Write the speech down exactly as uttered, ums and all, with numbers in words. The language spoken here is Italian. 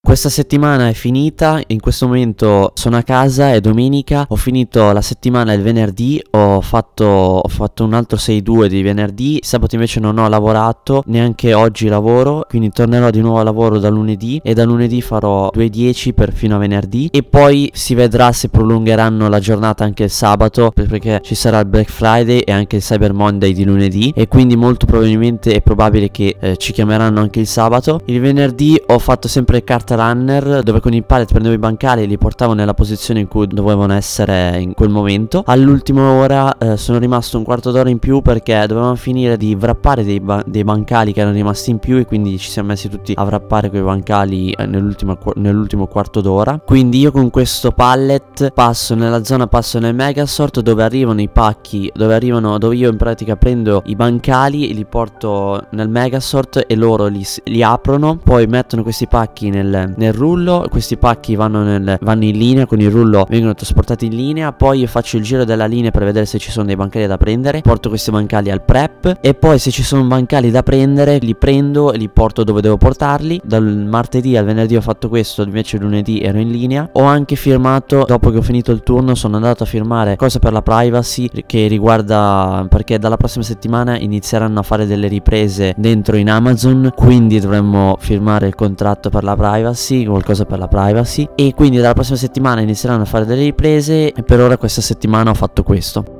Questa settimana è finita, in questo momento sono a casa, è domenica, ho finito la settimana il venerdì, ho fatto, ho fatto un altro sei due di venerdì, sabato invece non ho lavorato, neanche oggi lavoro, quindi tornerò di nuovo a lavoro da lunedì e da lunedì farò due dieci per fino a venerdì e poi si vedrà se prolungheranno la giornata anche il sabato, perché ci sarà il Black Friday e anche il Cyber Monday di lunedì e quindi molto probabilmente è probabile che eh, ci chiameranno anche il sabato. Il venerdì ho fatto sempre il cart runner, dove con il pallet prendevo i bancali e li portavo nella posizione in cui dovevano essere in quel momento. All'ultima ora eh, sono rimasto un quarto d'ora in più perché dovevamo finire di wrappare dei, ba- dei bancali che erano rimasti in più e quindi ci siamo messi tutti a wrappare quei bancali eh, nell'ultimo, nell'ultimo quarto d'ora. Quindi io con questo pallet passo nella zona, passo nel Megasort dove arrivano i pacchi, dove arrivano, dove io in pratica prendo i bancali e li porto nel Megasort e loro li, li aprono, poi mettono questi pacchi nel nel rullo, questi pacchi vanno, nel, vanno in linea con il rullo, vengono trasportati in linea, poi io faccio il giro della linea per vedere se ci sono dei bancali da prendere, porto questi bancali al prep e poi se ci sono bancali da prendere li prendo e li porto dove devo portarli. Dal martedì al venerdì ho fatto questo, invece lunedì ero in linea. Ho anche firmato, dopo che ho finito il turno sono andato a firmare cosa per la privacy che riguarda, perché dalla prossima settimana inizieranno a fare delle riprese dentro in Amazon, quindi dovremmo firmare il contratto per la privacy, qualcosa per la privacy, e quindi dalla prossima settimana inizieranno a fare delle riprese e per ora questa settimana ho fatto questo.